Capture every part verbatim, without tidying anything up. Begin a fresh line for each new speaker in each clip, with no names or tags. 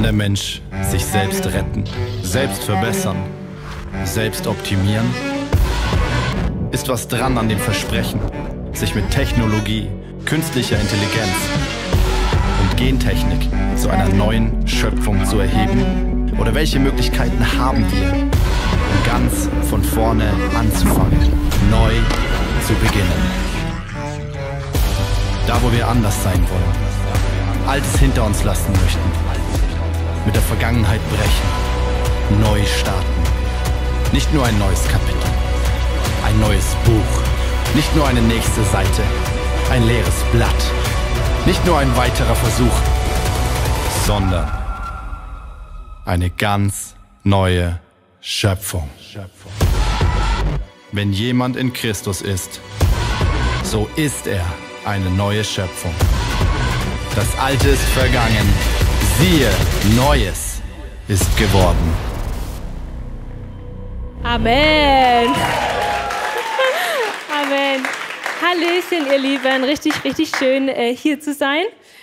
der Mensch sich selbst retten, selbst verbessern, selbst optimieren? Ist was dran an dem Versprechen, sich mit Technologie, künstlicher Intelligenz und Gentechnik zu einer neuen Schöpfung zu erheben? Oder welche Möglichkeiten haben wir, um ganz von vorne anzufangen, neu zu beginnen? Da, wo wir anders sein wollen, Altes hinter uns lassen möchten, mit der Vergangenheit brechen, neu starten. Nicht nur ein neues Kapitel, ein neues Buch, nicht nur eine nächste Seite, ein leeres Blatt, nicht nur ein weiterer Versuch, sondern eine ganz neue Schöpfung. Wenn jemand in Christus ist, so ist er eine neue Schöpfung. Das Alte ist vergangen, siehe, Neues ist geworden.
Amen. Amen. Hallöchen, ihr Lieben. Richtig, richtig schön, äh, hier zu sein.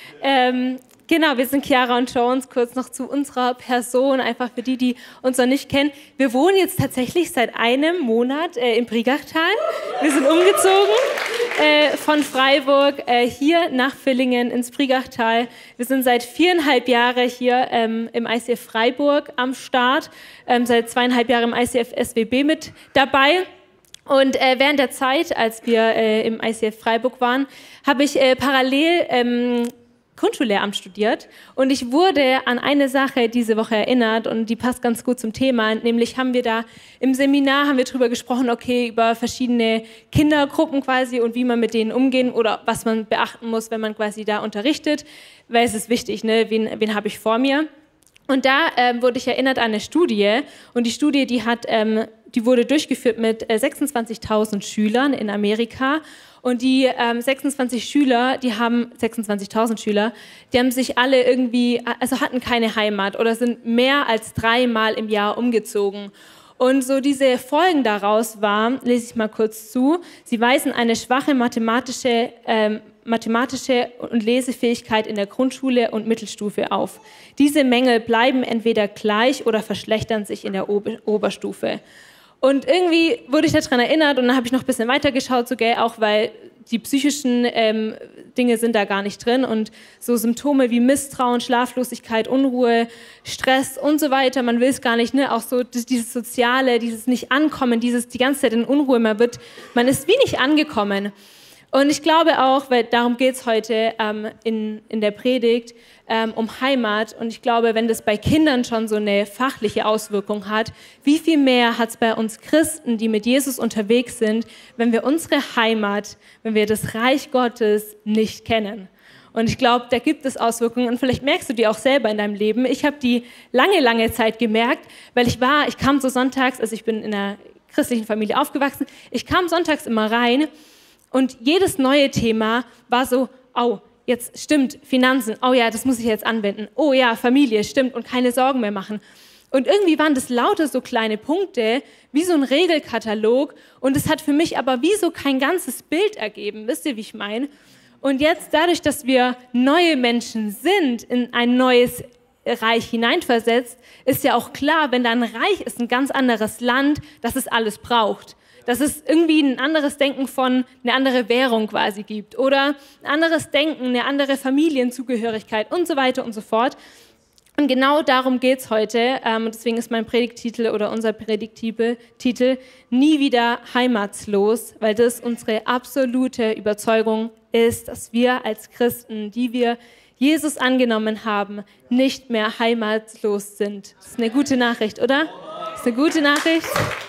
Ähm, genau, wir sind Chiara und Jones. Kurz noch zu unserer Person, einfach für die, die uns noch nicht kennen. Wir wohnen jetzt tatsächlich seit einem Monat äh, im Brigachtal. Wir sind umgezogen äh, von Freiburg äh, hier nach Villingen ins Brigachtal. Wir sind seit viereinhalb Jahren hier ähm, im I C F Freiburg am Start, ähm, seit zweieinhalb Jahren im I C F S W B mit dabei. Und äh, während der Zeit, als wir äh, im I C F Freiburg waren, habe ich äh, parallel ähm, Grundschullehramt studiert und ich wurde an eine Sache diese Woche erinnert und die passt ganz gut zum Thema, nämlich haben wir da im Seminar haben wir darüber gesprochen, okay, über verschiedene Kindergruppen quasi und wie man mit denen umgehen oder was man beachten muss, wenn man quasi da unterrichtet, weil es ist wichtig, ne? wen, wen habe ich vor mir? Und da ähm, wurde ich erinnert an eine Studie und die Studie, die hat, ähm, die wurde durchgeführt mit äh, sechsundzwanzigtausend Schülern in Amerika. Und die ähm, sechsundzwanzig Schüler, die haben sechsundzwanzigtausend Schüler, die haben sich alle irgendwie, also hatten keine Heimat oder sind mehr als dreimal im Jahr umgezogen. Und so diese Folgen daraus waren, lese ich mal kurz zu, sie weisen eine schwache mathematische, ähm, mathematische und Lesefähigkeit in der Grundschule und Mittelstufe auf. Diese Mängel bleiben entweder gleich oder verschlechtern sich in der Ober- Oberstufe. Und irgendwie wurde ich daran erinnert und dann habe ich noch ein bisschen weitergeschaut, so, gell, auch weil die psychischen ähm, Dinge sind da gar nicht drin und so Symptome wie Misstrauen, Schlaflosigkeit, Unruhe, Stress und so weiter, man will es gar nicht, ne? Auch so dieses Soziale, dieses Nicht-Ankommen, dieses die ganze Zeit in Unruhe, man wird, man ist wie nicht angekommen. Und ich glaube auch, weil darum geht es heute ähm, in, in der Predigt, ähm, um Heimat. Und ich glaube, wenn das bei Kindern schon so eine fachliche Auswirkung hat, wie viel mehr hat es bei uns Christen, die mit Jesus unterwegs sind, wenn wir unsere Heimat, wenn wir das Reich Gottes nicht kennen. Und ich glaube, da gibt es Auswirkungen und vielleicht merkst du die auch selber in deinem Leben. Ich habe die lange, lange Zeit gemerkt, weil ich war, ich kam so sonntags, also ich bin in einer christlichen Familie aufgewachsen, ich kam sonntags immer rein. Und jedes neue Thema war so, oh, jetzt stimmt, Finanzen, oh ja, das muss ich jetzt anwenden. Oh ja, Familie, stimmt, und keine Sorgen mehr machen. Und irgendwie waren das lauter so kleine Punkte, wie so ein Regelkatalog. Und es hat für mich aber wie so kein ganzes Bild ergeben. Wisst ihr, wie ich meine? Und jetzt dadurch, dass wir neue Menschen sind, in ein neues Reich hineinversetzt, ist ja auch klar, wenn da ein Reich ist, ein ganz anderes Land, dass es alles braucht. Dass es irgendwie ein anderes Denken von eine andere Währung quasi gibt oder ein anderes Denken, eine andere Familienzugehörigkeit und so weiter und so fort. Und genau darum geht es heute. Ähm, deswegen ist mein Predigttitel oder unser Predigttitel Titel Nie wieder heimatslos, weil das unsere absolute Überzeugung ist, dass wir als Christen, die wir Jesus angenommen haben, nicht mehr heimatslos sind. Das ist eine gute Nachricht, oder? Das ist eine gute Nachricht.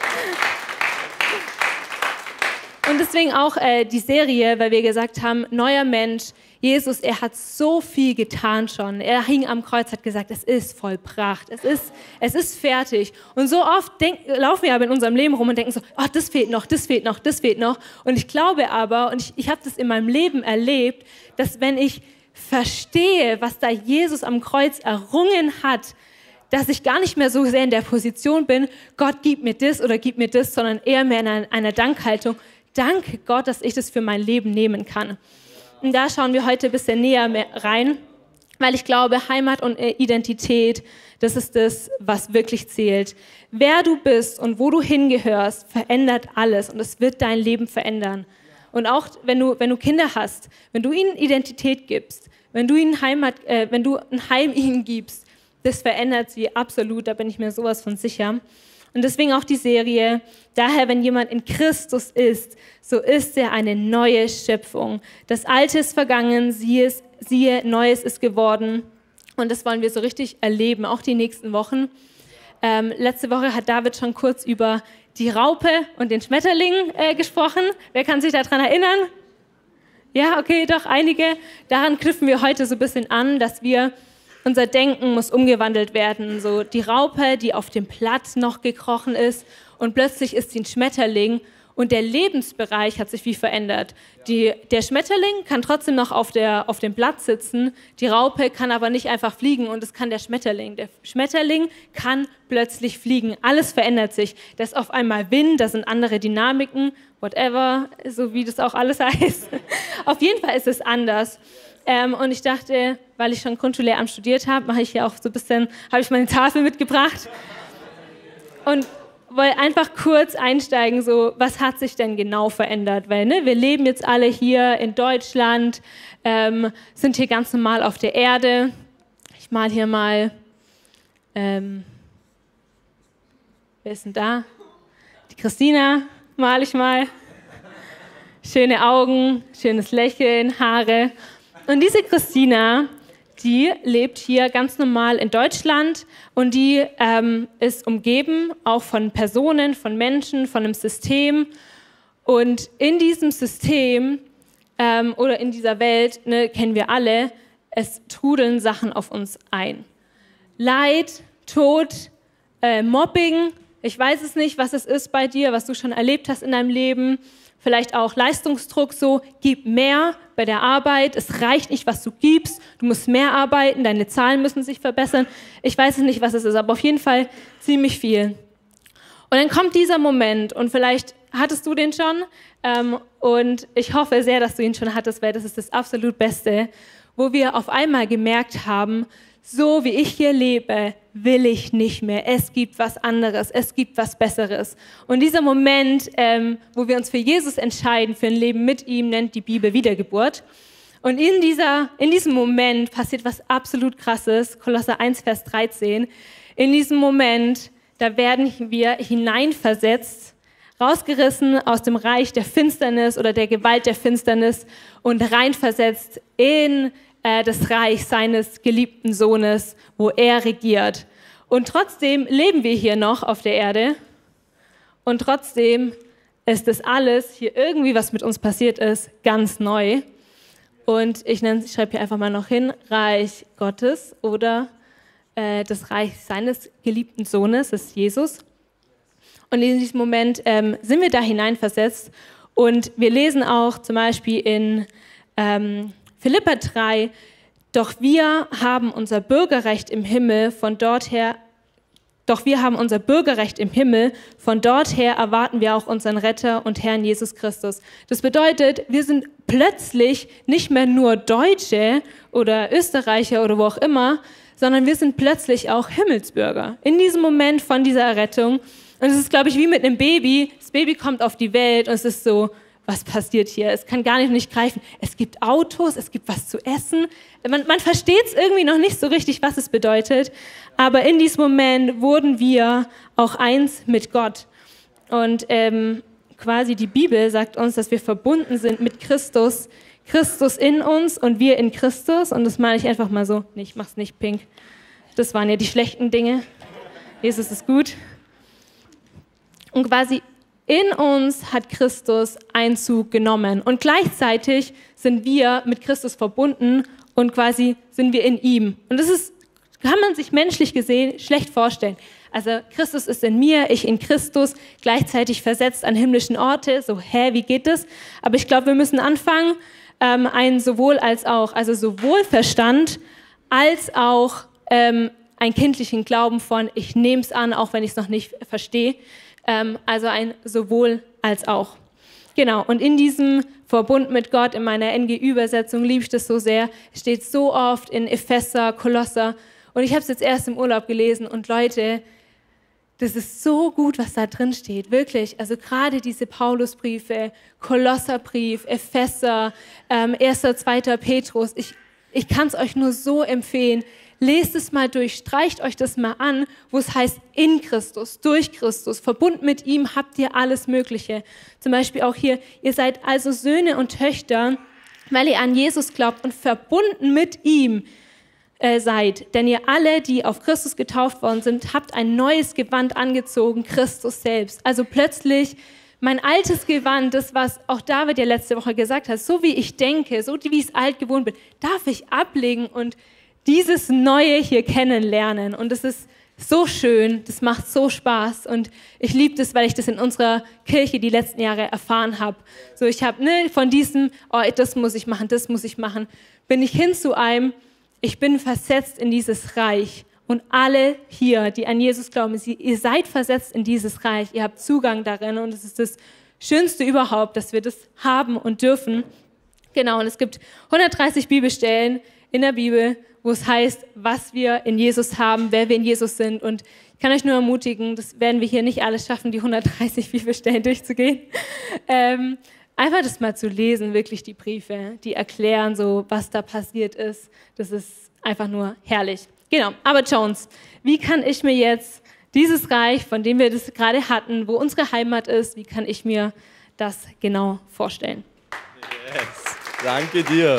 Und deswegen auch äh, die Serie, weil wir gesagt haben, neuer Mensch, Jesus, er hat so viel getan schon. Er hing am Kreuz, hat gesagt, es ist vollbracht, es ist, es ist fertig. Und so oft denk, laufen wir aber in unserem Leben rum und denken so, oh, das fehlt noch, das fehlt noch, das fehlt noch. Und ich glaube aber, und ich, ich habe das in meinem Leben erlebt, dass wenn ich verstehe, was da Jesus am Kreuz errungen hat, dass ich gar nicht mehr so sehr in der Position bin, Gott gib mir das oder gib mir das, sondern eher mehr in einer, einer Dankhaltung. Danke Gott, dass ich das für mein Leben nehmen kann. Und da schauen wir heute ein bisschen näher rein. weil ich glaube, Heimat und Identität, das ist das, was wirklich zählt. Wer du bist und wo du hingehörst, verändert alles und es wird dein Leben verändern. Und auch wenn du, wenn du Kinder hast, wenn du ihnen Identität gibst, wenn du ihnen Heimat, äh, wenn du ein Heim ihnen gibst, das verändert sie absolut, da bin ich mir sowas von sicher. Und deswegen auch die Serie, daher, wenn jemand in Christus ist, so ist er eine neue Schöpfung. Das Alte ist vergangen, siehe, siehe, Neues ist geworden. Und das wollen wir so richtig erleben, auch die nächsten Wochen. Ähm, letzte Woche hat David schon kurz über die Raupe und den Schmetterling äh, gesprochen. Wer kann sich daran erinnern? Ja, okay, doch einige. Daran knüpfen wir heute so ein bisschen an, dass wir unser Denken muss umgewandelt werden. So die Raupe, die auf dem Blatt noch gekrochen ist und plötzlich ist sie ein Schmetterling und der Lebensbereich hat sich wie verändert. Die, der Schmetterling kann trotzdem noch auf, der, auf dem Blatt sitzen, die Raupe kann aber nicht einfach fliegen und es kann der Schmetterling. Der Schmetterling kann plötzlich fliegen. Alles verändert sich. Da ist auf einmal Wind, da sind andere Dynamiken, whatever, so wie das auch alles heißt. Auf jeden Fall ist es anders. Ähm, und ich dachte, weil ich schon Grundschullehramt studiert habe, mache ich hier auch so ein bisschen, habe ich meine Tafel mitgebracht und wollte einfach kurz einsteigen, so was hat sich denn genau verändert, weil ne, wir leben jetzt alle hier in Deutschland, ähm, sind hier ganz normal auf der Erde. Ich mal hier mal, ähm, wer ist denn da? Die Christina mal ich mal. Schöne Augen, schönes Lächeln, Haare. Und diese Christina, die lebt hier ganz normal in Deutschland und die ähm, ist umgeben auch von Personen, von Menschen, von einem System. Und in diesem System ähm, oder in dieser Welt, ne, kennen wir alle, es trudeln Sachen auf uns ein. Leid, Tod, äh, Mobbing, ich weiß es nicht, was es ist bei dir, was du schon erlebt hast in deinem Leben. Vielleicht auch Leistungsdruck, so, gib mehr bei der Arbeit, es reicht nicht, was du gibst, du musst mehr arbeiten, deine Zahlen müssen sich verbessern. Ich weiß nicht, was es ist, aber auf jeden Fall ziemlich viel. Und dann kommt dieser Moment und vielleicht hattest du den schon ähm, und ich hoffe sehr, dass du ihn schon hattest, weil das ist das absolut Beste, wo wir auf einmal gemerkt haben, so wie ich hier lebe, will ich nicht mehr. Es gibt was anderes, es gibt was Besseres. Und dieser Moment, ähm, wo wir uns für Jesus entscheiden, für ein Leben mit ihm, nennt die Bibel Wiedergeburt. Und in, dieser, in diesem Moment passiert was absolut Krasses, Kolosser eins, Vers dreizehn. In diesem Moment, da werden wir hineinversetzt, rausgerissen aus dem Reich der Finsternis oder der Gewalt der Finsternis und reinversetzt in das Reich seines geliebten Sohnes, wo er regiert. Und trotzdem leben wir hier noch auf der Erde und trotzdem ist das alles hier irgendwie, was mit uns passiert ist, ganz neu. Und ich, nenne, ich schreibe hier einfach mal noch hin, Reich Gottes oder äh, das Reich seines geliebten Sohnes, das ist Jesus. Und in diesem Moment ähm, sind wir da hineinversetzt und wir lesen auch zum Beispiel in ähm, Philipper drei, doch wir haben unser Bürgerrecht im Himmel, von dort her, doch wir haben unser Bürgerrecht im Himmel, von dort her erwarten wir auch unseren Retter und Herrn Jesus Christus. Das bedeutet, wir sind plötzlich nicht mehr nur Deutsche oder Österreicher oder wo auch immer, sondern wir sind plötzlich auch Himmelsbürger. In diesem Moment von dieser Errettung. Und es ist, glaube ich, wie mit einem Baby. Das Baby kommt auf die Welt und es ist so, was passiert hier? Es kann gar nicht, nicht greifen. Es gibt Autos, es gibt was zu essen. Man, man versteht es irgendwie noch nicht so richtig, was es bedeutet. Aber in diesem Moment wurden wir auch eins mit Gott. Und ähm, quasi die Bibel sagt uns, dass wir verbunden sind mit Christus. Christus in uns und wir in Christus. Und das meine ich einfach mal so. Nee, ich mach's nicht pink. Das waren ja die schlechten Dinge. Jesus ist gut. Und quasi in uns hat Christus Einzug genommen und gleichzeitig sind wir mit Christus verbunden und quasi sind wir in ihm. Und das ist, kann man sich menschlich gesehen schlecht vorstellen. Also Christus ist in mir, ich in Christus, gleichzeitig versetzt an himmlischen Orte. So, hä, wie geht das? Aber ich glaube, wir müssen anfangen, ähm, ein sowohl als auch, also sowohl Verstand als auch ähm, einen kindlichen Glauben von, ich nehme es an, auch wenn ich es noch nicht verstehe. Also ein sowohl als auch. Genau, und in diesem Verbund mit Gott, in meiner N G Ü-Übersetzung, liebe ich das so sehr, steht so oft in Epheser, Kolosser. Und ich habe es jetzt erst im Urlaub gelesen und Leute, das ist so gut, was da drin steht, wirklich. Also gerade diese Paulusbriefe, Kolosserbrief, Epheser, ähm, erster, zweiter Petrus, ich, ich kann es euch nur so empfehlen. Lest es mal durch, streicht euch das mal an, wo es heißt, in Christus, durch Christus, verbunden mit ihm habt ihr alles Mögliche. Zum Beispiel auch hier, ihr seid also Söhne und Töchter, weil ihr an Jesus glaubt und verbunden mit ihm äh, seid. Denn ihr alle, die auf Christus getauft worden sind, habt ein neues Gewand angezogen, Christus selbst. Also plötzlich mein altes Gewand, das, was auch David ja letzte Woche gesagt hat, so wie ich denke, so wie ich es alt gewohnt bin, darf ich ablegen und dieses Neue hier kennenlernen. Und das ist so schön, das macht so Spaß. Und ich liebe das, weil ich das in unserer Kirche die letzten Jahre erfahren habe. So, ich habe ne, von diesem, oh, das muss ich machen, das muss ich machen, bin ich hin zu einem, ich bin versetzt in dieses Reich. Und alle hier, die an Jesus glauben, sie, ihr seid versetzt in dieses Reich, ihr habt Zugang darin. Und es ist das Schönste überhaupt, dass wir das haben und dürfen. Genau, und es gibt hundertdreißig Bibelstellen in der Bibel, wo es heißt, was wir in Jesus haben, wer wir in Jesus sind. Und ich kann euch nur ermutigen, das werden wir hier nicht alles schaffen, die hundertdreißig Bibelstellen durchzugehen. Ähm, einfach das mal zu lesen, wirklich die Briefe, die erklären so, was da passiert ist. Das ist einfach nur herrlich. Genau, aber Jones, wie kann ich mir jetzt dieses Reich, von dem wir das gerade hatten, wo unsere Heimat ist, wie kann ich mir das genau vorstellen?
Yes, danke dir.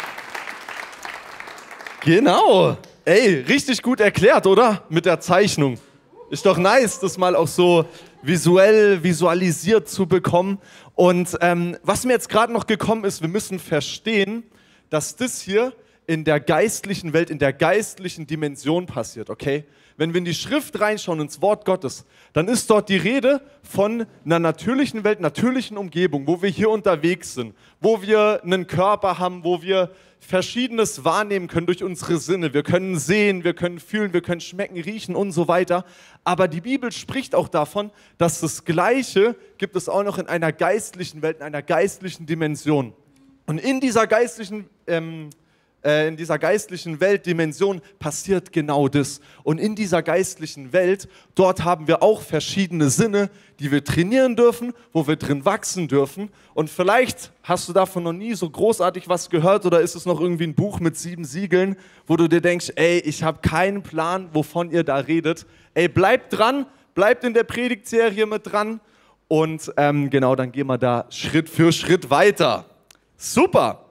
Genau. Ey, richtig gut erklärt, oder? Mit der Zeichnung. Ist doch nice, das mal auch so visuell, visualisiert zu bekommen. Und ähm, was mir jetzt gerade noch gekommen ist, wir müssen verstehen, dass das hier in der geistlichen Welt, in der geistlichen Dimension passiert, okay? Wenn wir in die Schrift reinschauen, ins Wort Gottes, dann ist dort die Rede von einer natürlichen Welt, natürlichen Umgebung, wo wir hier unterwegs sind, wo wir einen Körper haben, wo wir Verschiedenes wahrnehmen können durch unsere Sinne. Wir können sehen, wir können fühlen, wir können schmecken, riechen und so weiter. Aber die Bibel spricht auch davon, dass das Gleiche gibt es auch noch in einer geistlichen Welt, in einer geistlichen Dimension. Und in dieser geistlichen ähm, in dieser geistlichen Weltdimension passiert genau das. Und in dieser geistlichen Welt, dort haben wir auch verschiedene Sinne, die wir trainieren dürfen, wo wir drin wachsen dürfen. Und vielleicht hast du davon noch nie so großartig was gehört oder ist es noch irgendwie ein Buch mit sieben Siegeln, wo du dir denkst, ey, ich habe keinen Plan, wovon ihr da redet. Ey, bleibt dran, bleibt in der Predigtserie mit dran und ähm, genau, dann gehen wir da Schritt für Schritt weiter. Super.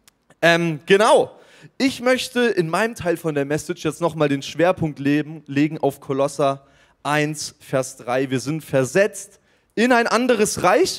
Ähm, genau. Ich möchte in meinem Teil von der Message jetzt nochmal den Schwerpunkt leben, legen auf Kolosser eins, Vers drei. Wir sind versetzt in ein anderes Reich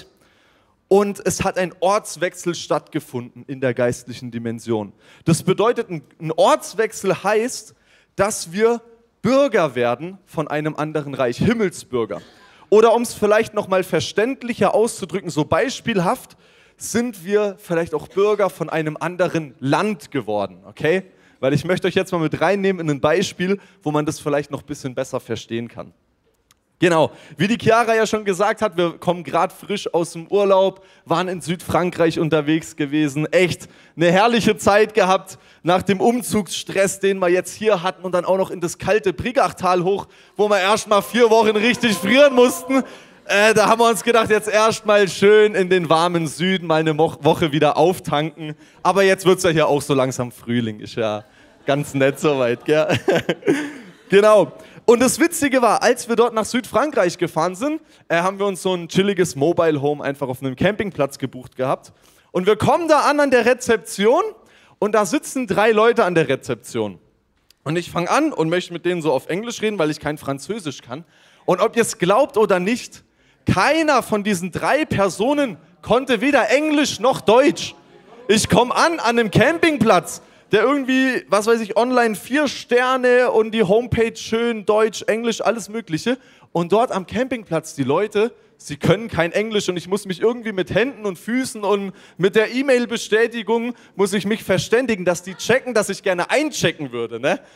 und es hat ein Ortswechsel stattgefunden in der geistlichen Dimension. Das bedeutet, ein Ortswechsel heißt, dass wir Bürger werden von einem anderen Reich, Himmelsbürger. Oder um es vielleicht nochmal verständlicher auszudrücken, so beispielhaft, sind wir vielleicht auch Bürger von einem anderen Land geworden, okay? Weil ich möchte euch jetzt mal mit reinnehmen in ein Beispiel, wo man das vielleicht noch ein bisschen besser verstehen kann. Genau, wie die Chiara ja schon gesagt hat, wir kommen gerade frisch aus dem Urlaub, waren in Südfrankreich unterwegs gewesen, echt eine herrliche Zeit gehabt nach dem Umzugsstress, den wir jetzt hier hatten und dann auch noch in das kalte Brigachtal hoch, wo wir erst mal vier Wochen richtig frieren mussten. Äh, da haben wir uns gedacht, jetzt erstmal schön in den warmen Süden mal eine Mo- Woche wieder auftanken. Aber jetzt wird es ja hier auch so langsam Frühling, ist ja ganz nett soweit, gell? Genau. Und das Witzige war, als wir dort nach Südfrankreich gefahren sind, äh, haben wir uns so ein chilliges Mobile Home einfach auf einem Campingplatz gebucht gehabt. Und wir kommen da an an der Rezeption und da sitzen drei Leute an der Rezeption. Und ich fange an und möchte mit denen so auf Englisch reden, weil ich kein Französisch kann. Und ob ihr es glaubt oder nicht, keiner von diesen drei Personen konnte weder Englisch noch Deutsch. Ich komme an an einem Campingplatz, der irgendwie, was weiß ich, online vier Sterne und die Homepage schön, Deutsch, Englisch, alles Mögliche. Und dort am Campingplatz, die Leute, sie können kein Englisch und ich muss mich irgendwie mit Händen und Füßen und mit der E-Mail-Bestätigung muss ich mich verständigen, dass die checken, dass ich gerne einchecken würde, ne?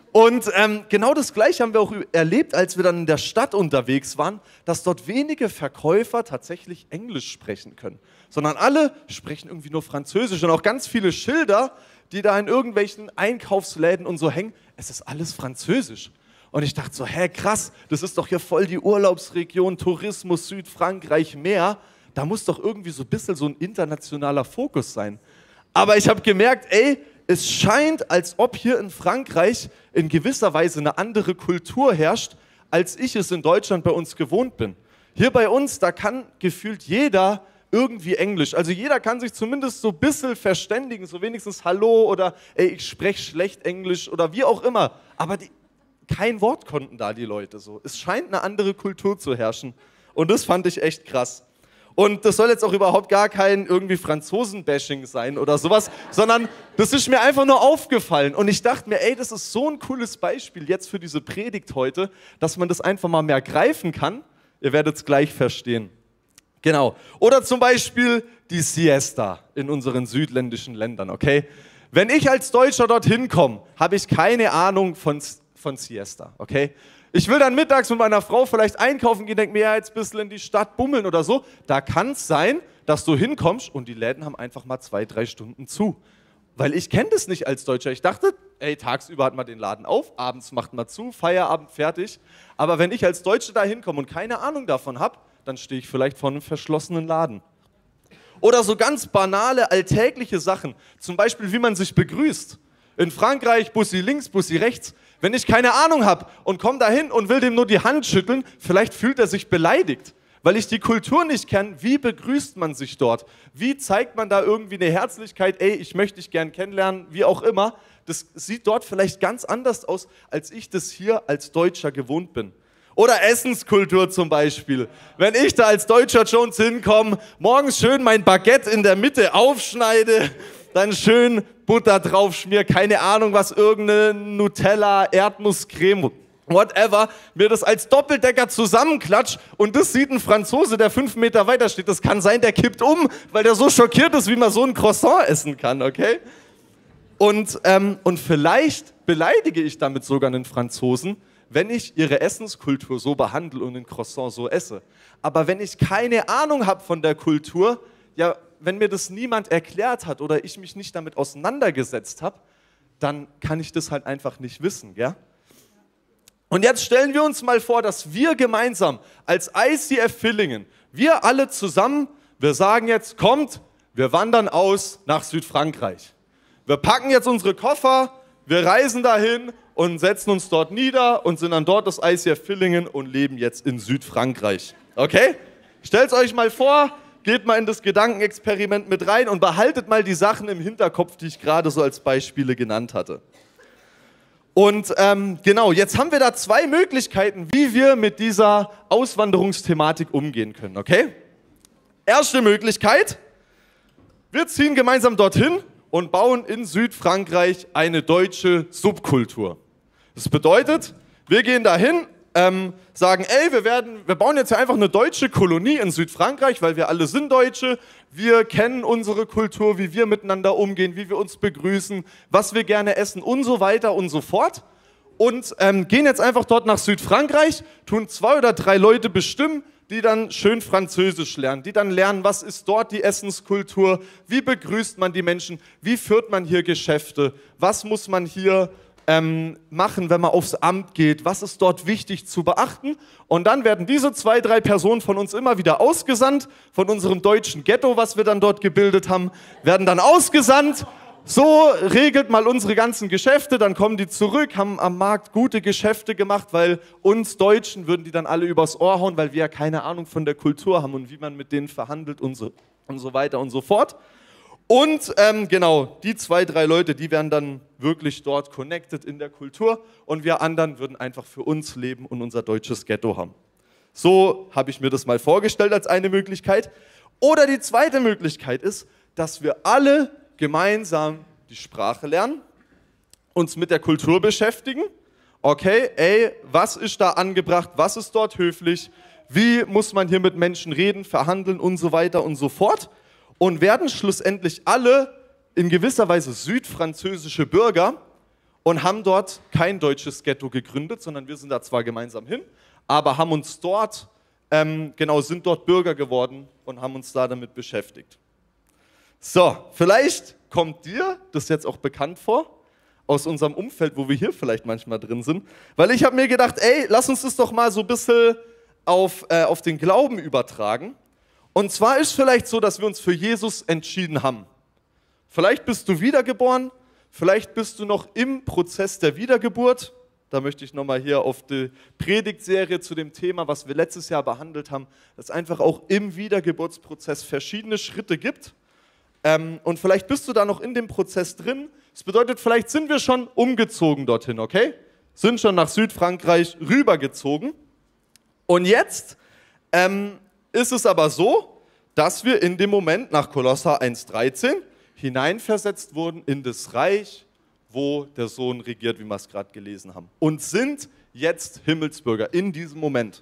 Und ähm, genau das Gleiche haben wir auch erlebt, als wir dann in der Stadt unterwegs waren, dass dort wenige Verkäufer tatsächlich Englisch sprechen können, sondern alle sprechen irgendwie nur Französisch und auch ganz viele Schilder, die da in irgendwelchen Einkaufsläden und so hängen, es ist alles Französisch. Und ich dachte so, hä, krass, das ist doch hier voll die Urlaubsregion, Tourismus, Südfrankreich, Meer, da muss doch irgendwie so ein bisschen so ein internationaler Fokus sein. Aber ich habe gemerkt, ey, es scheint, als ob hier in Frankreich in gewisser Weise eine andere Kultur herrscht, als ich es in Deutschland bei uns gewohnt bin. Hier bei uns, da kann gefühlt jeder irgendwie Englisch. Also jeder kann sich zumindest so ein bisschen verständigen, so wenigstens Hallo oder ey, ich spreche schlecht Englisch oder wie auch immer. Aber die, kein Wort konnten da die Leute so. Es scheint eine andere Kultur zu herrschen. Und das fand ich echt krass. Und das soll jetzt auch überhaupt gar kein irgendwie Franzosen-Bashing sein oder sowas, sondern das ist mir einfach nur aufgefallen. Und ich dachte mir, ey, das ist so ein cooles Beispiel jetzt für diese Predigt heute, dass man das einfach mal mehr greifen kann. Ihr werdet es gleich verstehen. Genau. Oder zum Beispiel die Siesta in unseren südländischen Ländern, okay? Wenn ich als Deutscher dorthin komme, habe ich keine Ahnung von, von Siesta, okay? Ich will dann mittags mit meiner Frau vielleicht einkaufen gehen, denke mir, ja, jetzt ein bisschen in die Stadt bummeln oder so. Da kann es sein, dass du hinkommst und die Läden haben einfach mal zwei, drei Stunden zu. Weil ich kenne das nicht als Deutscher. Ich dachte, ey, tagsüber hat man den Laden auf, abends macht man zu, Feierabend, fertig. Aber wenn ich als Deutscher da hinkomme und keine Ahnung davon habe, dann stehe ich vielleicht vor einem verschlossenen Laden. Oder so ganz banale, alltägliche Sachen. Zum Beispiel, wie man sich begrüßt. In Frankreich, Bussi links, Bussi rechts. Wenn ich keine Ahnung habe und komme dahin und will dem nur die Hand schütteln, vielleicht fühlt er sich beleidigt, weil ich die Kultur nicht kenne. Wie begrüßt man sich dort? Wie zeigt man da irgendwie eine Herzlichkeit? Ey, ich möchte dich gern kennenlernen, wie auch immer. Das sieht dort vielleicht ganz anders aus, als ich das hier als Deutscher gewohnt bin. Oder Essenskultur zum Beispiel. Wenn ich da als Deutscher Jones hinkomme, morgens schön mein Baguette in der Mitte aufschneide, dann schön Butter drauf schmier, keine Ahnung was, irgendeine Nutella, Erdnusscreme, whatever, mir das als Doppeldecker zusammenklatscht und das sieht ein Franzose, der fünf Meter weiter steht. Das kann sein, der kippt um, weil der so schockiert ist, wie man so ein Croissant essen kann, okay? Und, ähm, und vielleicht beleidige ich damit sogar einen Franzosen, wenn ich ihre Essenskultur so behandle und ein Croissant so esse. Aber wenn ich keine Ahnung habe von der Kultur, ja, wenn mir das niemand erklärt hat oder ich mich nicht damit auseinandergesetzt habe, dann kann ich das halt einfach nicht wissen, gell? Und jetzt stellen wir uns mal vor, dass wir gemeinsam als I C F Villingen, wir alle zusammen, wir sagen jetzt, kommt, wir wandern aus nach Südfrankreich. Wir packen jetzt unsere Koffer, wir reisen dahin und setzen uns dort nieder und sind dann dort das I C F Villingen und leben jetzt in Südfrankreich. Okay? Stellt euch mal vor, geht mal in das Gedankenexperiment mit rein und behaltet mal die Sachen im Hinterkopf, die ich gerade so als Beispiele genannt hatte. Und ähm, genau, jetzt haben wir da zwei Möglichkeiten, wie wir mit dieser Auswanderungsthematik umgehen können, okay? Erste Möglichkeit, wir ziehen gemeinsam dorthin und bauen in Südfrankreich eine deutsche Subkultur. Das bedeutet, wir gehen dahin, ähm, sagen, ey, wir, werden, wir bauen jetzt ja einfach eine deutsche Kolonie in Südfrankreich, weil wir alle sind Deutsche, wir kennen unsere Kultur, wie wir miteinander umgehen, wie wir uns begrüßen, was wir gerne essen und so weiter und so fort. Und ähm, gehen jetzt einfach dort nach Südfrankreich, tun zwei oder drei Leute bestimmen, die dann schön Französisch lernen, die dann lernen, was ist dort die Essenskultur, wie begrüßt man die Menschen, wie führt man hier Geschäfte, was muss man hier ähm, machen, wenn man aufs Amt geht, was ist dort wichtig zu beachten. Und dann werden diese zwei, drei Personen von uns immer wieder ausgesandt, von unserem deutschen Ghetto, was wir dann dort gebildet haben, werden dann ausgesandt. So regelt mal unsere ganzen Geschäfte, dann kommen die zurück, haben am Markt gute Geschäfte gemacht, weil uns Deutschen würden die dann alle übers Ohr hauen, weil wir ja keine Ahnung von der Kultur haben und wie man mit denen verhandelt und so, und so weiter und so fort. Und ähm, genau, die zwei, drei Leute, die werden dann wirklich dort connected in der Kultur und wir anderen würden einfach für uns leben und unser deutsches Ghetto haben. So habe ich mir das mal vorgestellt als eine Möglichkeit. Oder die zweite Möglichkeit ist, dass wir alle gemeinsam die Sprache lernen, uns mit der Kultur beschäftigen. Okay, ey, was ist da angebracht, was ist dort höflich, wie muss man hier mit Menschen reden, verhandeln und so weiter und so fort. Und werden schlussendlich alle in gewisser Weise südfranzösische Bürger und haben dort kein deutsches Ghetto gegründet, sondern wir sind da zwar gemeinsam hin, aber haben uns dort, ähm, genau, sind dort Bürger geworden und haben uns da damit beschäftigt. So, vielleicht kommt dir das jetzt auch bekannt vor, aus unserem Umfeld, wo wir hier vielleicht manchmal drin sind, weil ich habe mir gedacht, ey, lass uns das doch mal so ein bisschen auf, äh, auf den Glauben übertragen. Und zwar ist vielleicht so, dass wir uns für Jesus entschieden haben. Vielleicht bist du wiedergeboren, vielleicht bist du noch im Prozess der Wiedergeburt. Da möchte ich nochmal hier auf die Predigtserie zu dem Thema, was wir letztes Jahr behandelt haben, dass es einfach auch im Wiedergeburtsprozess verschiedene Schritte gibt. Ähm, und vielleicht bist du da noch in dem Prozess drin. Das bedeutet, vielleicht sind wir schon umgezogen dorthin, okay? Sind schon nach Südfrankreich rübergezogen. Und jetzt ähm, ist es aber so, dass wir in dem Moment nach Kolosser eins dreizehn hineinversetzt wurden in das Reich, wo der Sohn regiert, wie wir es gerade gelesen haben. Und sind jetzt Himmelsbürger in diesem Moment.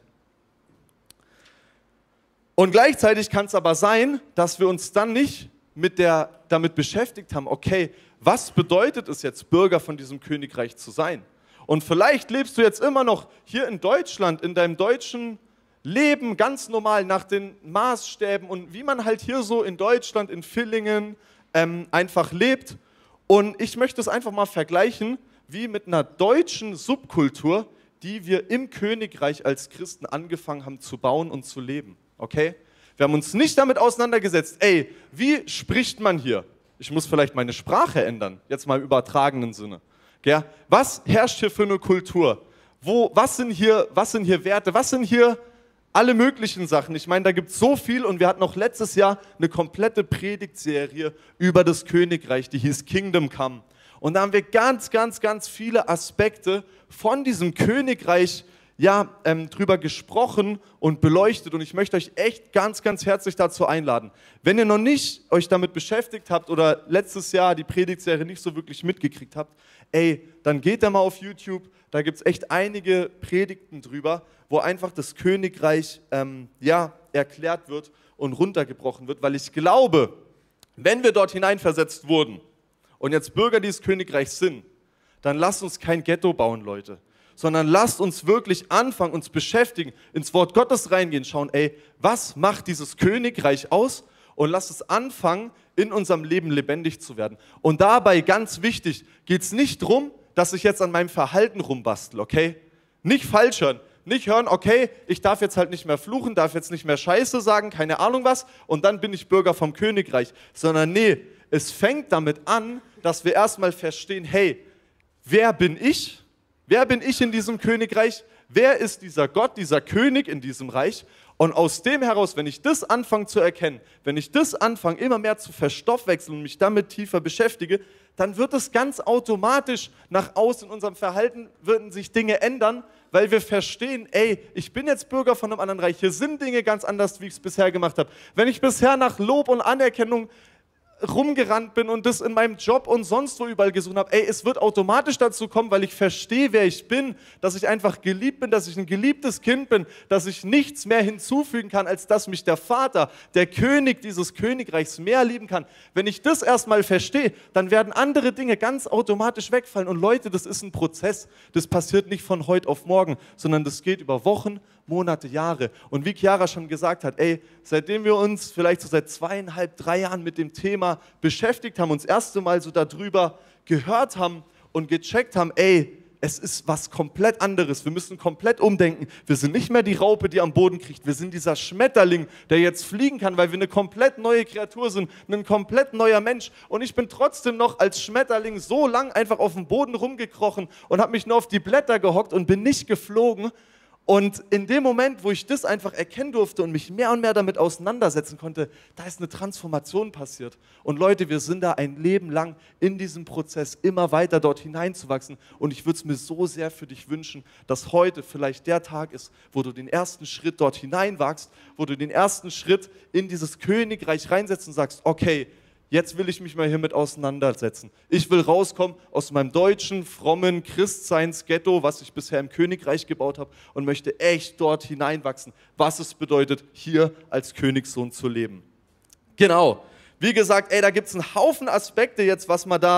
Und gleichzeitig kann es aber sein, dass wir uns dann nicht mit der, damit beschäftigt haben, okay, was bedeutet es jetzt, Bürger von diesem Königreich zu sein? Und vielleicht lebst du jetzt immer noch hier in Deutschland, in deinem deutschen Leben, ganz normal nach den Maßstäben und wie man halt hier so in Deutschland, in Villingen ähm, einfach lebt. Und ich möchte es einfach mal vergleichen, wie mit einer deutschen Subkultur, die wir im Königreich als Christen angefangen haben zu bauen und zu leben. Okay? Wir haben uns nicht damit auseinandergesetzt, ey, wie spricht man hier? Ich muss vielleicht meine Sprache ändern, jetzt mal im übertragenen Sinne. Gell? Was herrscht hier für eine Kultur? Wo, was sind hier, was sind hier Werte? Was sind hier alle möglichen Sachen? Ich meine, da gibt es so viel und wir hatten auch letztes Jahr eine komplette Predigtserie über das Königreich, die hieß Kingdom Come. Und da haben wir ganz, ganz, ganz viele Aspekte von diesem Königreich ja, ähm, drüber gesprochen und beleuchtet und ich möchte euch echt ganz, ganz herzlich dazu einladen. Wenn ihr noch nicht euch damit beschäftigt habt oder letztes Jahr die Predigtserie nicht so wirklich mitgekriegt habt, ey, dann geht da mal auf YouTube, da gibt es echt einige Predigten drüber, wo einfach das Königreich ähm, ja, erklärt wird und runtergebrochen wird, weil ich glaube, wenn wir dort hineinversetzt wurden und jetzt Bürger dieses Königreichs sind, dann lasst uns kein Ghetto bauen, Leute, sondern lasst uns wirklich anfangen, uns beschäftigen, ins Wort Gottes reingehen, schauen, ey, was macht dieses Königreich aus? Und lasst es anfangen, in unserem Leben lebendig zu werden. Und dabei, ganz wichtig, geht es nicht darum, dass ich jetzt an meinem Verhalten rumbastel, okay? Nicht falsch hören, nicht hören, okay, ich darf jetzt halt nicht mehr fluchen, darf jetzt nicht mehr Scheiße sagen, keine Ahnung was, und dann bin ich Bürger vom Königreich. Sondern nee, es fängt damit an, dass wir erstmal verstehen, hey, wer bin ich? Wer bin ich in diesem Königreich? Wer ist dieser Gott, dieser König in diesem Reich? Und aus dem heraus, wenn ich das anfange zu erkennen, wenn ich das anfange, immer mehr zu verstoffwechseln und mich damit tiefer beschäftige, dann wird es ganz automatisch nach außen in unserem Verhalten, würden sich Dinge ändern, weil wir verstehen, ey, ich bin jetzt Bürger von einem anderen Reich, hier sind Dinge ganz anders, wie ich es bisher gemacht habe. Wenn ich bisher nach Lob und Anerkennung rumgerannt bin und das in meinem Job und sonst wo überall gesucht habe, ey, es wird automatisch dazu kommen, weil ich verstehe, wer ich bin, dass ich einfach geliebt bin, dass ich ein geliebtes Kind bin, dass ich nichts mehr hinzufügen kann, als dass mich der Vater, der König dieses Königreichs mehr lieben kann. Wenn ich das erstmal verstehe, dann werden andere Dinge ganz automatisch wegfallen. Und Leute, das ist ein Prozess, das passiert nicht von heute auf morgen, sondern das geht über Wochen, Monate, Jahre. Und wie Chiara schon gesagt hat, ey, seitdem wir uns vielleicht so seit zweieinhalb, drei Jahren mit dem Thema beschäftigt haben, uns das erste Mal so darüber gehört haben und gecheckt haben, ey, es ist was komplett anderes. Wir müssen komplett umdenken. Wir sind nicht mehr die Raupe, die am Boden kriecht. Wir sind dieser Schmetterling, der jetzt fliegen kann, weil wir eine komplett neue Kreatur sind, ein komplett neuer Mensch. Und ich bin trotzdem noch als Schmetterling so lang einfach auf dem Boden rumgekrochen und habe mich nur auf die Blätter gehockt und bin nicht geflogen. Und in dem Moment, wo ich das einfach erkennen durfte und mich mehr und mehr damit auseinandersetzen konnte, da ist eine Transformation passiert. Und Leute, wir sind da ein Leben lang in diesem Prozess, immer weiter dort hineinzuwachsen. Und ich würde es mir so sehr für dich wünschen, dass heute vielleicht der Tag ist, wo du den ersten Schritt dort hineinwachst, wo du den ersten Schritt in dieses Königreich reinsetzt und sagst, okay, jetzt will ich mich mal hiermit auseinandersetzen. Ich will rauskommen aus meinem deutschen, frommen Christseins-Ghetto, was ich bisher im Königreich gebaut habe, und möchte echt dort hineinwachsen, was es bedeutet, hier als Königssohn zu leben. Genau. Wie gesagt, ey, da gibt es einen Haufen Aspekte jetzt, was man da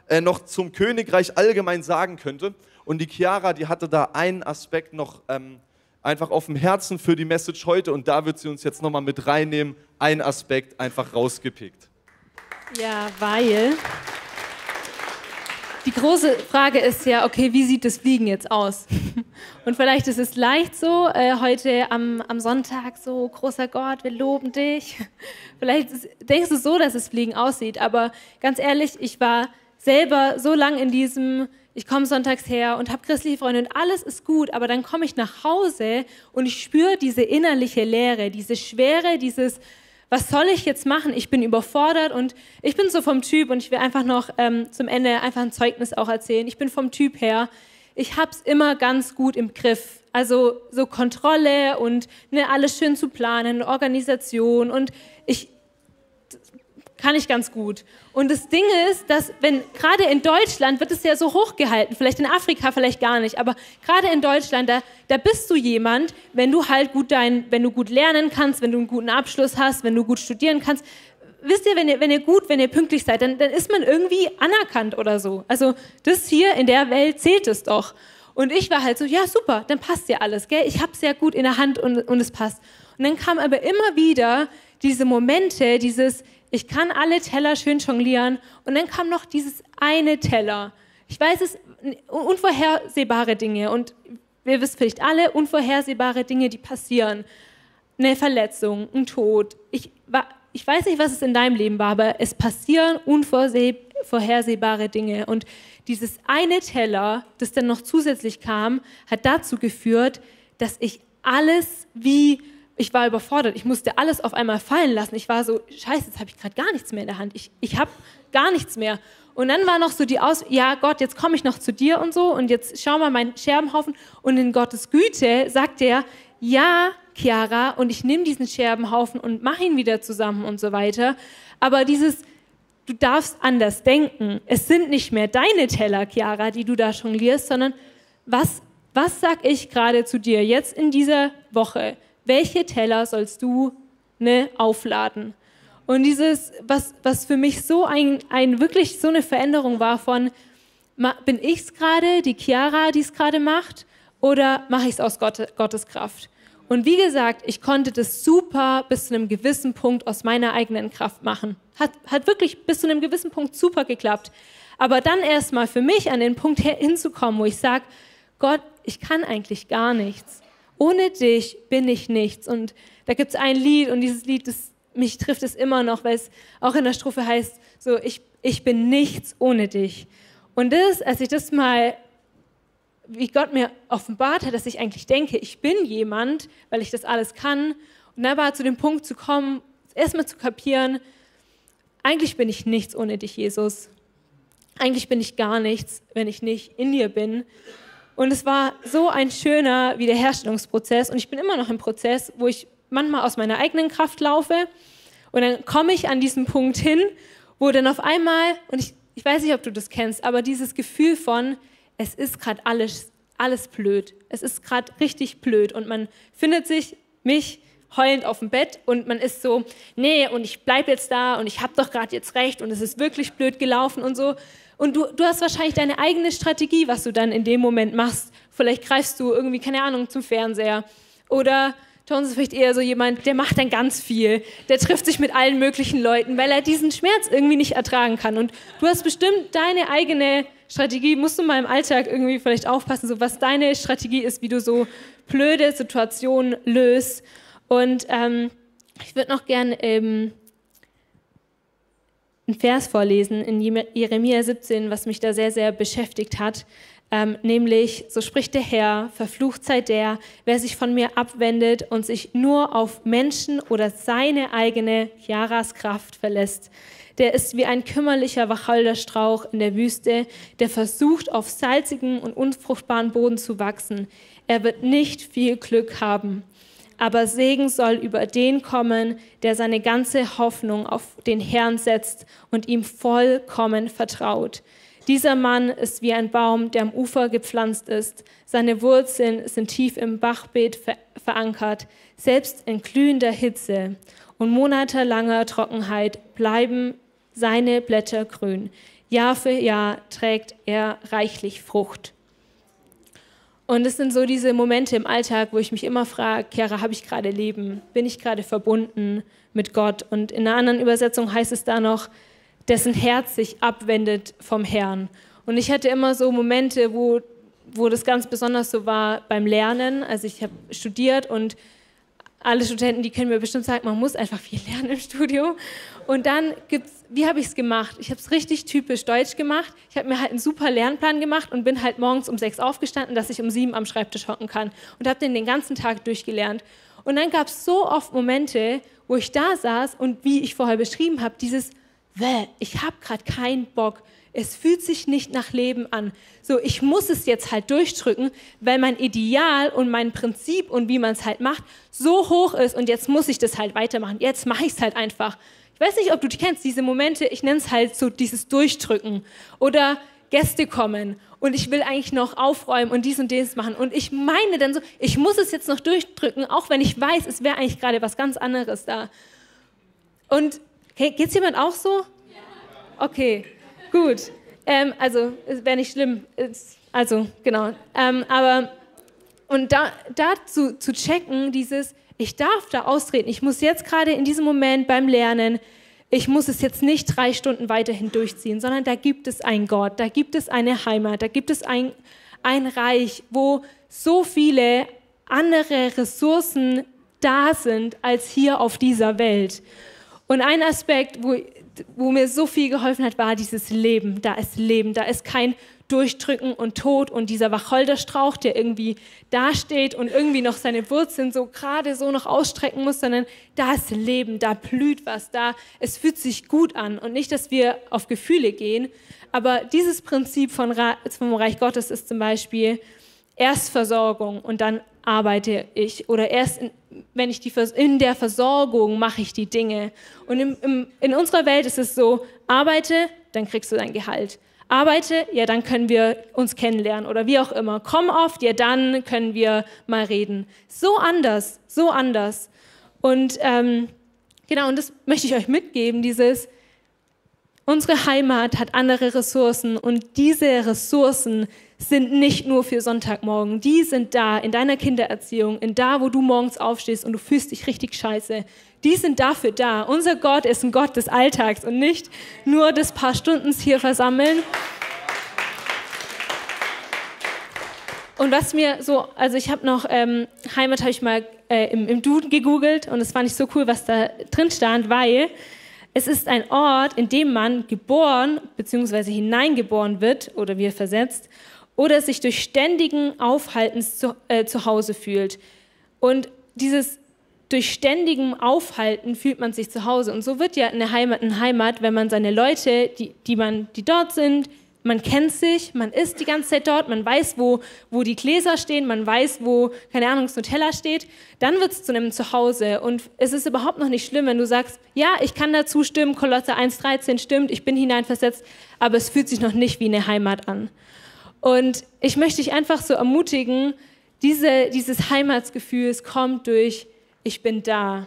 äh, noch zum Königreich allgemein sagen könnte. Und die Chiara, die hatte da einen Aspekt noch ähm, einfach auf dem Herzen für die Message heute und da wird sie uns jetzt nochmal mit reinnehmen, einen Aspekt einfach rausgepickt.
Ja, weil die große Frage ist ja, okay, wie sieht das Fliegen jetzt aus? Und vielleicht ist es leicht so, äh, heute am, am Sonntag so, großer Gott, wir loben dich. Vielleicht ist, denkst du so, dass das Fliegen aussieht, aber ganz ehrlich, ich war selber so lang in diesem, ich komme sonntags her und habe christliche Freunde und alles ist gut, aber dann komme ich nach Hause und ich spüre diese innerliche Leere, diese Schwere, dieses, was soll ich jetzt machen? Ich bin überfordert und ich bin so vom Typ und ich will einfach noch ähm, zum Ende einfach ein Zeugnis auch erzählen. Ich bin vom Typ her, ich habe es immer ganz gut im Griff. Also so Kontrolle und ne, alles schön zu planen, Organisation und ich kann ich ganz gut. Und das Ding ist, dass wenn gerade in Deutschland wird es ja so hochgehalten, vielleicht in Afrika vielleicht gar nicht, aber gerade in Deutschland, da, da bist du jemand, wenn du halt gut dein, wenn du gut lernen kannst, wenn du einen guten Abschluss hast, wenn du gut studieren kannst. Wisst ihr, wenn ihr, wenn ihr gut, wenn ihr pünktlich seid, dann, dann ist man irgendwie anerkannt oder so. Also das hier in der Welt zählt es doch. Und ich war halt so, ja super, dann passt ja alles, gell? Ich hab's ja gut in der Hand und, und es passt. Und dann kam aber immer wieder diese Momente, dieses, ich kann alle Teller schön jonglieren und dann kam noch dieses eine Teller. Ich weiß es, unvorhersehbare Dinge und wir wissen vielleicht alle, unvorhersehbare Dinge, die passieren. Eine Verletzung, ein Tod. Ich, war, ich weiß nicht, was es in deinem Leben war, aber es passieren unvorhersehbare Dinge und dieses eine Teller, das dann noch zusätzlich kam, hat dazu geführt, dass ich alles wie Ich war überfordert, ich musste alles auf einmal fallen lassen. Ich war so, scheiße, jetzt habe ich gerade gar nichts mehr in der Hand. Ich, ich habe gar nichts mehr. Und dann war noch so die Aus, ja Gott, jetzt komme ich noch zu dir und so und jetzt schau mal meinen Scherbenhaufen. Und in Gottes Güte sagt er, ja, Chiara, und ich nehme diesen Scherbenhaufen und mache ihn wieder zusammen und so weiter. Aber dieses, du darfst anders denken. Es sind nicht mehr deine Teller, Chiara, die du da jonglierst, sondern was, was sag ich gerade zu dir jetzt in dieser Woche? Welche Teller sollst du ne, aufladen? Und dieses, was, was für mich so ein, ein wirklich so eine Veränderung war von, bin ich es gerade, die Chiara, die es gerade macht, oder mache ich es aus Gott, Gottes Kraft? Und wie gesagt, ich konnte das super bis zu einem gewissen Punkt aus meiner eigenen Kraft machen. Hat, hat wirklich bis zu einem gewissen Punkt super geklappt. Aber dann erstmal für mich an den Punkt hinzukommen, wo ich sage, Gott, ich kann eigentlich gar nichts. Ohne dich bin ich nichts. Und da gibt es ein Lied und dieses Lied, das, mich trifft es immer noch, weil es auch in der Strophe heißt, so, ich, ich bin nichts ohne dich. Und das, als ich das mal, wie Gott mir offenbart hat, dass ich eigentlich denke, ich bin jemand, weil ich das alles kann. Und dann war zu dem Punkt zu kommen, erstmal zu kapieren, eigentlich bin ich nichts ohne dich, Jesus. Eigentlich bin ich gar nichts, wenn ich nicht in dir bin. Und es war so ein schöner Wiederherstellungsprozess und ich bin immer noch im Prozess, wo ich manchmal aus meiner eigenen Kraft laufe und dann komme ich an diesen Punkt hin, wo dann auf einmal, und ich, ich weiß nicht, ob du das kennst, aber dieses Gefühl von, es ist gerade alles, alles blöd, es ist gerade richtig blöd und man findet sich, mich, heulend auf dem Bett und man ist so, nee, und ich bleibe jetzt da und ich habe doch gerade jetzt recht und es ist wirklich blöd gelaufen und so. Und du, du hast wahrscheinlich deine eigene Strategie, was du dann in dem Moment machst. Vielleicht greifst du irgendwie, keine Ahnung, zum Fernseher. Oder Thomas ist vielleicht eher so jemand, der macht dann ganz viel. Der trifft sich mit allen möglichen Leuten, weil er diesen Schmerz irgendwie nicht ertragen kann. Und du hast bestimmt deine eigene Strategie, musst du mal im Alltag irgendwie vielleicht aufpassen, so was deine Strategie ist, wie du so blöde Situationen löst. Und ähm, ich würde noch gerne ähm, einen Vers vorlesen in Jeremia siebzehn, was mich da sehr, sehr beschäftigt hat. Ähm, nämlich, so spricht der Herr, verflucht sei der, wer sich von mir abwendet und sich nur auf Menschen oder seine eigene Chiaras Kraft verlässt. Der ist wie ein kümmerlicher Wacholderstrauch in der Wüste, der versucht, auf salzigen und unfruchtbaren Boden zu wachsen. Er wird nicht viel Glück haben. Aber Segen soll über den kommen, der seine ganze Hoffnung auf den Herrn setzt und ihm vollkommen vertraut. Dieser Mann ist wie ein Baum, der am Ufer gepflanzt ist. Seine Wurzeln sind tief im Bachbeet ver- verankert. Selbst in glühender Hitze und monatelanger Trockenheit bleiben seine Blätter grün. Jahr für Jahr trägt er reichlich Frucht. Und es sind so diese Momente im Alltag, wo ich mich immer frage, Chiara, habe ich gerade Leben? Bin ich gerade verbunden mit Gott? Und in einer anderen Übersetzung heißt es da noch, dessen Herz sich abwendet vom Herrn. Und ich hatte immer so Momente, wo, wo das ganz besonders so war beim Lernen. Also ich habe studiert und alle Studenten, die können mir bestimmt sagen, man muss einfach viel lernen im Studium. Und dann gibt's, wie habe ich es gemacht? Ich habe es richtig typisch deutsch gemacht. Ich habe mir halt einen super Lernplan gemacht und bin halt morgens um sechs aufgestanden, dass ich um sieben am Schreibtisch hocken kann. Und habe den den ganzen Tag durchgelernt. Und dann gab es so oft Momente, wo ich da saß und wie ich vorher beschrieben habe, dieses, ich habe gerade keinen Bock. Es fühlt sich nicht nach Leben an. So, ich muss es jetzt halt durchdrücken, weil mein Ideal und mein Prinzip und wie man es halt macht, so hoch ist und jetzt muss ich das halt weitermachen. Jetzt mache ich es halt einfach. Ich weiß nicht, ob du die kennst, diese Momente, ich nenne es halt so dieses Durchdrücken oder Gäste kommen und ich will eigentlich noch aufräumen und dies und das machen und ich meine dann so, ich muss es jetzt noch durchdrücken, auch wenn ich weiß, es wäre eigentlich gerade was ganz anderes da. Und hey, geht's jemand auch so? Okay. Gut, ähm, also es wäre nicht schlimm, es, also genau, ähm, aber und da, dazu zu checken, dieses, ich darf da austreten, ich muss jetzt gerade in diesem Moment beim Lernen, ich muss es jetzt nicht drei Stunden weiterhin durchziehen, sondern da gibt es einen Gott, da gibt es eine Heimat, da gibt es ein, ein Reich, wo so viele andere Ressourcen da sind als hier auf dieser Welt. Und ein Aspekt, wo wo mir so viel geholfen hat, war dieses Leben. Da ist Leben, da ist kein Durchdrücken und Tod und dieser Wacholderstrauch, der irgendwie dasteht und irgendwie noch seine Wurzeln so gerade so noch ausstrecken muss, sondern da ist Leben, da blüht was, da es fühlt sich gut an und nicht, dass wir auf Gefühle gehen, aber dieses Prinzip von vom Reich Gottes ist zum Beispiel erst Versorgung und dann arbeite ich oder erst in, wenn ich die in der Versorgung mache ich die Dinge. Und im, im, in unserer Welt ist es so, arbeite, dann kriegst du dein Gehalt. Arbeite, ja, dann können wir uns kennenlernen oder wie auch immer. Komm oft, ja, dann können wir mal reden. So anders, so anders. Und ähm, genau, und das möchte ich euch mitgeben, dieses, unsere Heimat hat andere Ressourcen und diese Ressourcen sind nicht nur für Sonntagmorgen, die sind da in deiner Kindererziehung, in da, wo du morgens aufstehst und du fühlst dich richtig scheiße. Die sind dafür da. Unser Gott ist ein Gott des Alltags und nicht nur des paar Stunden hier versammeln. Und was mir so, also ich habe noch, ähm, Heimat habe ich mal äh, im, im Duden gegoogelt und es fand ich so cool, was da drin stand, weil es ist ein Ort, in dem man geboren bzw. hineingeboren wird oder wie er versetzt oder sich durch ständigen Aufhaltens zu, äh, zu Hause fühlt. Und dieses durch ständigem Aufhalten fühlt man sich zu Hause. Und so wird ja eine Heimat eine Heimat, wenn man seine Leute, die, die, man, die dort sind, man kennt sich, man ist die ganze Zeit dort, man weiß, wo, wo die Gläser stehen, man weiß, wo, keine Ahnung, das Nutella steht, dann wird es zu einem Zuhause. Und es ist überhaupt noch nicht schlimm, wenn du sagst, ja, ich kann dazu stimmen, Kolosser eins dreizehn stimmt, ich bin hineinversetzt, aber es fühlt sich noch nicht wie eine Heimat an. Und ich möchte dich einfach so ermutigen, diese, dieses Heimatsgefühl, es kommt durch, ich bin da.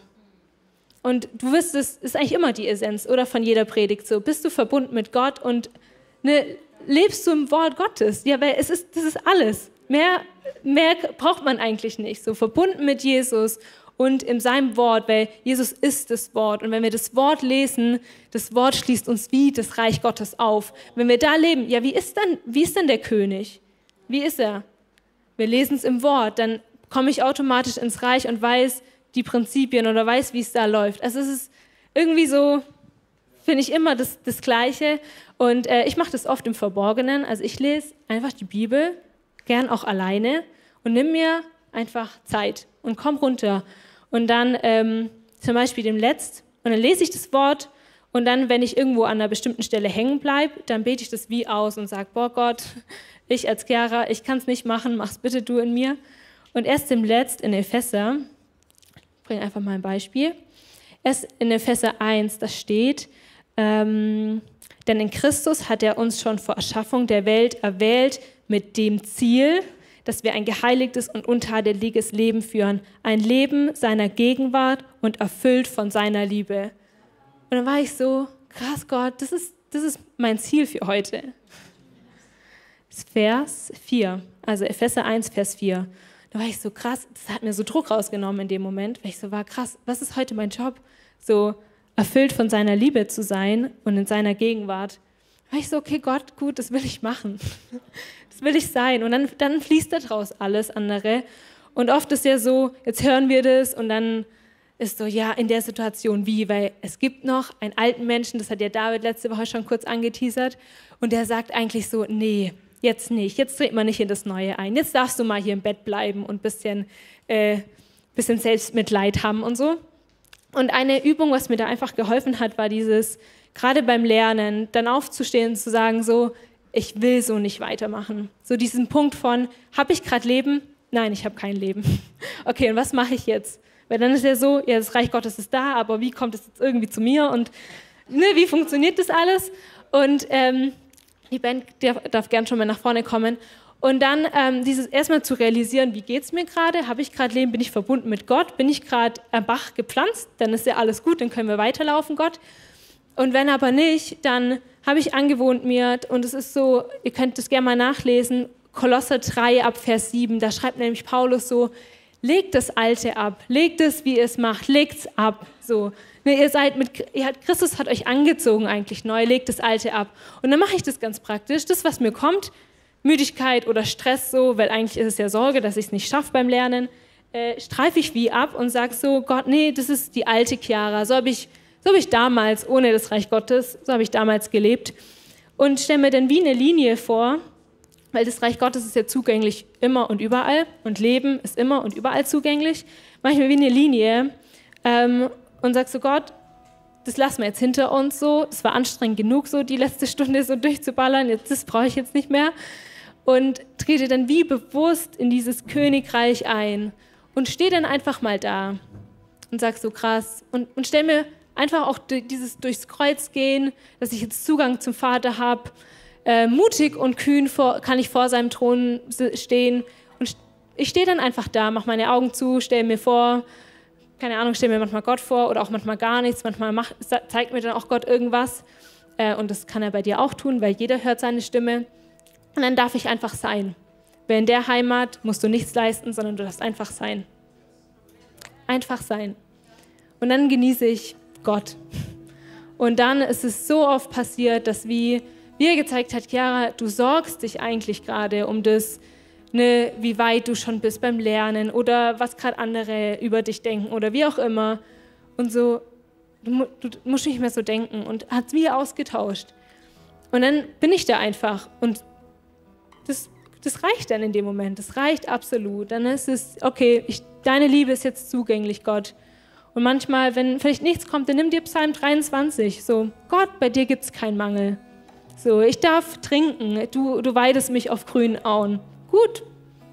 Und du wirst, es ist eigentlich immer die Essenz, oder von jeder Predigt so, bist du verbunden mit Gott und ne, lebst du im Wort Gottes? Ja, weil es ist, das ist alles. Mehr, mehr braucht man eigentlich nicht. So verbunden mit Jesus und in seinem Wort, weil Jesus ist das Wort. Und wenn wir das Wort lesen, das Wort schließt uns wie das Reich Gottes auf. Wenn wir da leben, ja, wie ist denn, wie ist denn der König? Wie ist er? Wir lesen es im Wort, dann komme ich automatisch ins Reich und weiß die Prinzipien oder weiß, wie es da läuft. Also es ist irgendwie so, finde ich immer das, das Gleiche. Und äh, ich mache das oft im Verborgenen. Also ich lese einfach die Bibel, gern auch alleine und nimm mir einfach Zeit und komm runter. Und dann ähm, zum Beispiel dem Letzt, und dann lese ich das Wort und dann, wenn ich irgendwo an einer bestimmten Stelle hängen bleibe, dann bete ich das wie aus und sage, boah Gott, ich als Chiara, ich kann es nicht machen, mach's bitte du in mir. Und erst im Letzt in Epheser, ich bringe einfach mal ein Beispiel, erst in Epheser eins, da steht, ähm, denn in Christus hat er uns schon vor Erschaffung der Welt erwählt mit dem Ziel, dass wir ein geheiligtes und untadeliges Leben führen, ein Leben seiner Gegenwart und erfüllt von seiner Liebe. Und dann war ich so, krass Gott, das ist, das ist mein Ziel für heute. Vers vier, also Epheser eins, Vers vier. Da war ich so krass, das hat mir so Druck rausgenommen in dem Moment, weil ich so war, krass, was ist heute mein Job? So erfüllt von seiner Liebe zu sein und in seiner Gegenwart. Da war ich so, okay Gott, gut, das will ich machen. Das will ich sein. Und dann, dann fließt daraus alles andere. Und oft ist ja so, jetzt hören wir das und dann ist so, ja, in der Situation wie, weil es gibt noch einen alten Menschen, das hat ja David letzte Woche schon kurz angeteasert, und der sagt eigentlich so, nee, jetzt nicht, jetzt dreht man nicht in das Neue ein, jetzt darfst du mal hier im Bett bleiben und ein bisschen, äh, bisschen Selbstmitleid haben und so. Und eine Übung, was mir da einfach geholfen hat, war dieses, gerade beim Lernen, dann aufzustehen und zu sagen so, ich will so nicht weitermachen. So diesen Punkt von, habe ich gerade Leben? Nein, ich habe kein Leben. Okay, und was mache ich jetzt? Weil dann ist ja so, ja, das Reich Gottes ist da, aber wie kommt es jetzt irgendwie zu mir und ne, wie funktioniert das alles? Und ähm, die Band darf, darf gern schon mal nach vorne kommen. Und dann ähm, dieses erstmal zu realisieren, wie geht es mir gerade? Habe ich gerade Leben? Bin ich verbunden mit Gott? Bin ich gerade am Bach gepflanzt? Dann ist ja alles gut, dann können wir weiterlaufen, Gott. Und wenn aber nicht, dann habe ich angewohnt mir, und es ist so, ihr könnt das gerne mal nachlesen, Kolosser drei ab Vers sieben, da schreibt nämlich Paulus so, legt das Alte ab, legt es, wie ihr es macht, legt es ab. So. Ne, ihr seid mit, ihr hat, Christus hat euch angezogen eigentlich neu, legt das Alte ab. Und dann mache ich das ganz praktisch, das, was mir kommt, Müdigkeit oder Stress so, weil eigentlich ist es ja Sorge, dass ich es nicht schaffe beim Lernen, äh, streife ich wie ab und sage so, Gott, nee, das ist die alte Chiara, so habe ich, so hab ich damals, ohne das Reich Gottes, so habe ich damals gelebt. Und stelle mir dann wie eine Linie vor, weil das Reich Gottes ist ja zugänglich immer und überall und Leben ist immer und überall zugänglich, mache ich mir wie eine Linie ähm, und sage so, Gott, das lassen wir jetzt hinter uns so, das war anstrengend genug so, die letzte Stunde so durchzuballern, jetzt, das brauche ich jetzt nicht mehr. Und trete dann wie bewusst in dieses Königreich ein und stehe dann einfach mal da und sag so krass und, und stell mir einfach auch dieses durchs Kreuz gehen, dass ich jetzt Zugang zum Vater habe, äh, mutig und kühn vor, kann ich vor seinem Thron stehen und ich stehe dann einfach da, mache meine Augen zu, stelle mir vor, keine Ahnung, stelle mir manchmal Gott vor oder auch manchmal gar nichts, manchmal macht, zeigt mir dann auch Gott irgendwas äh, und das kann er bei dir auch tun, weil jeder hört seine Stimme. Und dann darf ich einfach sein. Weil in der Heimat musst du nichts leisten, sondern du darfst einfach sein. Einfach sein. Und dann genieße ich Gott. Und dann ist es so oft passiert, dass wie, wie er gezeigt hat, Chiara, du sorgst dich eigentlich gerade um das, ne, wie weit du schon bist beim Lernen oder was gerade andere über dich denken oder wie auch immer. Und so, du, du musst nicht mehr so denken. Und hat es wie ausgetauscht. Und dann bin ich da einfach und Das, das reicht dann in dem Moment, das reicht absolut. Dann ist es, okay, ich, deine Liebe ist jetzt zugänglich, Gott. Und manchmal, wenn vielleicht nichts kommt, dann nimm dir Psalm dreiundzwanzig. So, Gott, bei dir gibt es keinen Mangel. So, ich darf trinken, du, du weidest mich auf grünen Auen. Gut,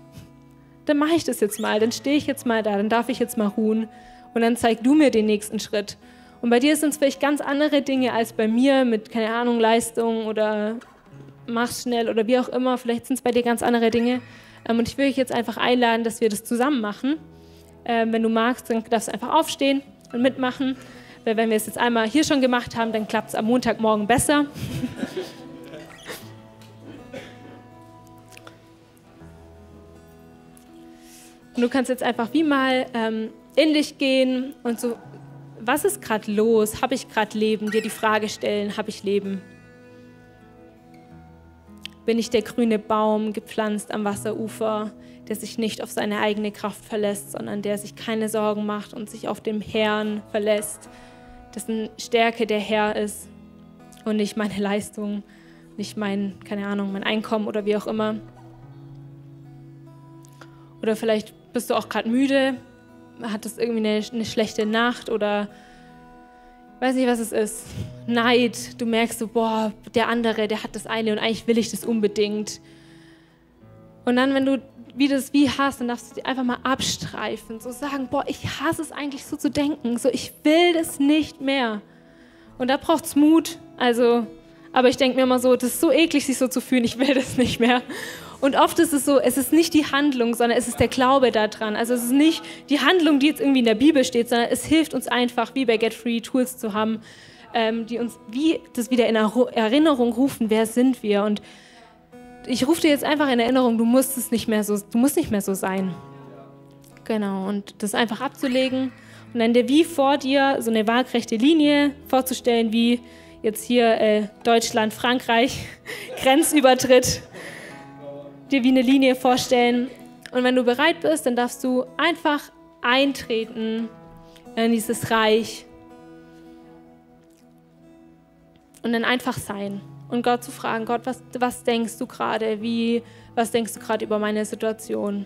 dann mache ich das jetzt mal, dann stehe ich jetzt mal da, dann darf ich jetzt mal ruhen. Und dann zeig du mir den nächsten Schritt. Und bei dir sind es vielleicht ganz andere Dinge als bei mir mit, keine Ahnung, Leistung oder mach's schnell oder wie auch immer, vielleicht sind es bei dir ganz andere Dinge. Ähm, und ich will dich jetzt einfach einladen, dass wir das zusammen machen. Ähm, wenn du magst, dann darfst du einfach aufstehen und mitmachen. Weil wenn wir es jetzt einmal hier schon gemacht haben, dann klappt es am Montagmorgen besser. Und du kannst jetzt einfach wie mal ähm, in dich gehen und so, was ist gerade los? Habe ich gerade Leben? Dir die Frage stellen, habe ich Leben? Bin ich der grüne Baum, gepflanzt am Wasserufer, der sich nicht auf seine eigene Kraft verlässt, sondern der sich keine Sorgen macht und sich auf den Herrn verlässt, dessen Stärke der Herr ist und nicht meine Leistung, nicht mein, keine Ahnung, mein Einkommen oder wie auch immer. Oder vielleicht bist du auch gerade müde, hattest irgendwie eine, eine schlechte Nacht oder weiß nicht, was es ist. Neid, du merkst so, boah, der andere, der hat das eine und eigentlich will ich das unbedingt. Und dann, wenn du wie das wie hast, dann darfst du dir einfach mal abstreifen, so sagen, boah, ich hasse es eigentlich so zu denken, so ich will das nicht mehr. Und da braucht es Mut, also, aber ich denke mir immer so, das ist so eklig, sich so zu fühlen, ich will das nicht mehr. Und oft ist es so, es ist nicht die Handlung, sondern es ist der Glaube daran. Also es ist nicht die Handlung, die jetzt irgendwie in der Bibel steht, sondern es hilft uns einfach, wie bei Get Free, Tools zu haben, ähm, die uns wie das wieder in Erinnerung rufen, wer sind wir. Und ich rufe dir jetzt einfach in Erinnerung, du musst es nicht mehr so, du musst nicht mehr so sein. Genau, und das einfach abzulegen und dann dir wie vor dir so eine waagrechte Linie vorzustellen, wie jetzt hier äh, Deutschland, Frankreich, Grenzübertritt, dir wie eine Linie vorstellen. Und wenn du bereit bist, dann darfst du einfach eintreten in dieses Reich und dann einfach sein. Und Gott zu fragen, Gott, was, was denkst du gerade? Wie, was denkst du gerade über meine Situation?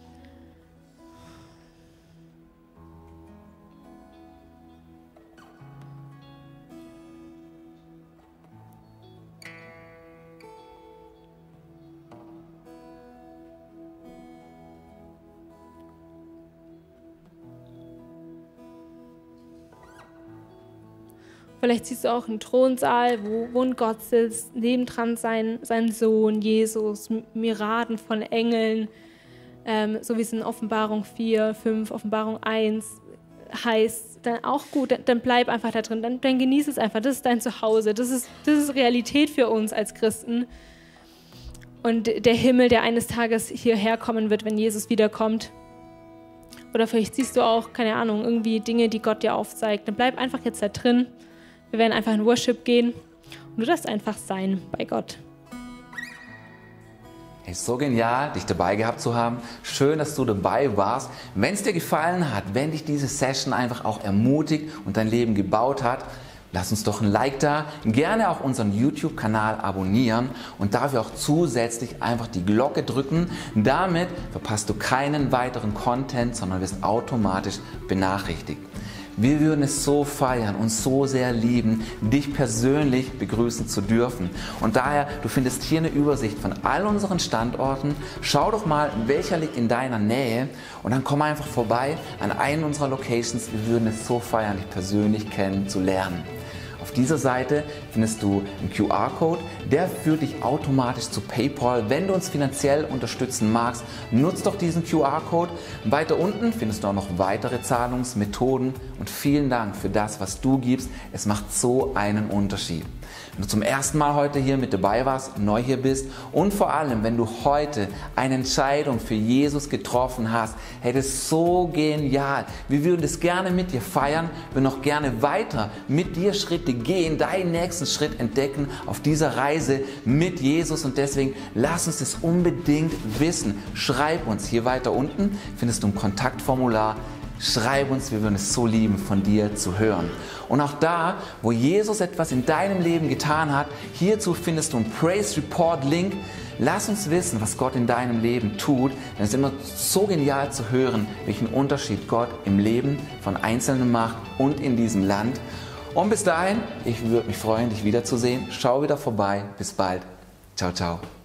Vielleicht siehst du auch einen Thronsaal, wo, wo ein Gott sitzt, nebendran sein, sein Sohn, Jesus, Myriaden von Engeln, ähm, so wie es in Offenbarung vier, fünf, Offenbarung eins heißt. Dann auch gut, dann, dann bleib einfach da drin, dann, dann genieß es einfach, das ist dein Zuhause, das ist, das ist Realität für uns als Christen. Und der Himmel, der eines Tages hierher kommen wird, wenn Jesus wiederkommt. Oder vielleicht siehst du auch, keine Ahnung, irgendwie Dinge, die Gott dir aufzeigt. Dann bleib einfach jetzt da drin. Wir werden einfach in Worship gehen und du darfst einfach sein bei Gott.
Hey, so genial, dich dabei gehabt zu haben. Schön, dass du dabei warst. Wenn es dir gefallen hat, wenn dich diese Session einfach auch ermutigt und dein Leben gebaut hat, lass uns doch ein Like da. Gerne auch unseren YouTube-Kanal abonnieren und dafür auch zusätzlich einfach die Glocke drücken. Damit verpasst du keinen weiteren Content, sondern wirst automatisch benachrichtigt. Wir würden es so feiern und so sehr lieben, dich persönlich begrüßen zu dürfen. Und daher, du findest hier eine Übersicht von all unseren Standorten. Schau doch mal, welcher liegt in deiner Nähe und dann komm einfach vorbei an einen unserer Locations. Wir würden es so feiern, dich persönlich kennenzulernen. Auf dieser Seite findest du einen Q R-Code, der führt dich automatisch zu PayPal. Wenn du uns finanziell unterstützen magst, nutzt doch diesen Q R-Code. Weiter unten findest du auch noch weitere Zahlungsmethoden und vielen Dank für das, was du gibst. Es macht so einen Unterschied. Wenn du zum ersten Mal heute hier mit dabei warst, neu hier bist und vor allem, wenn du heute eine Entscheidung für Jesus getroffen hast, hey, das ist so genial. Wir würden das gerne mit dir feiern, wir würden auch gerne weiter mit dir Schritte gehen, deinen nächsten Schritt entdecken auf dieser Reise mit Jesus und deswegen lass uns das unbedingt wissen. Schreib uns hier weiter unten, findest du ein Kontaktformular. Schreib uns, wir würden es so lieben, von dir zu hören. Und auch da, wo Jesus etwas in deinem Leben getan hat, hierzu findest du einen Praise Report Link. Lass uns wissen, was Gott in deinem Leben tut, denn es ist immer so genial zu hören, welchen Unterschied Gott im Leben von Einzelnen macht und in diesem Land. Und bis dahin, ich würde mich freuen, dich wiederzusehen. Schau wieder vorbei. Bis bald. Ciao, ciao.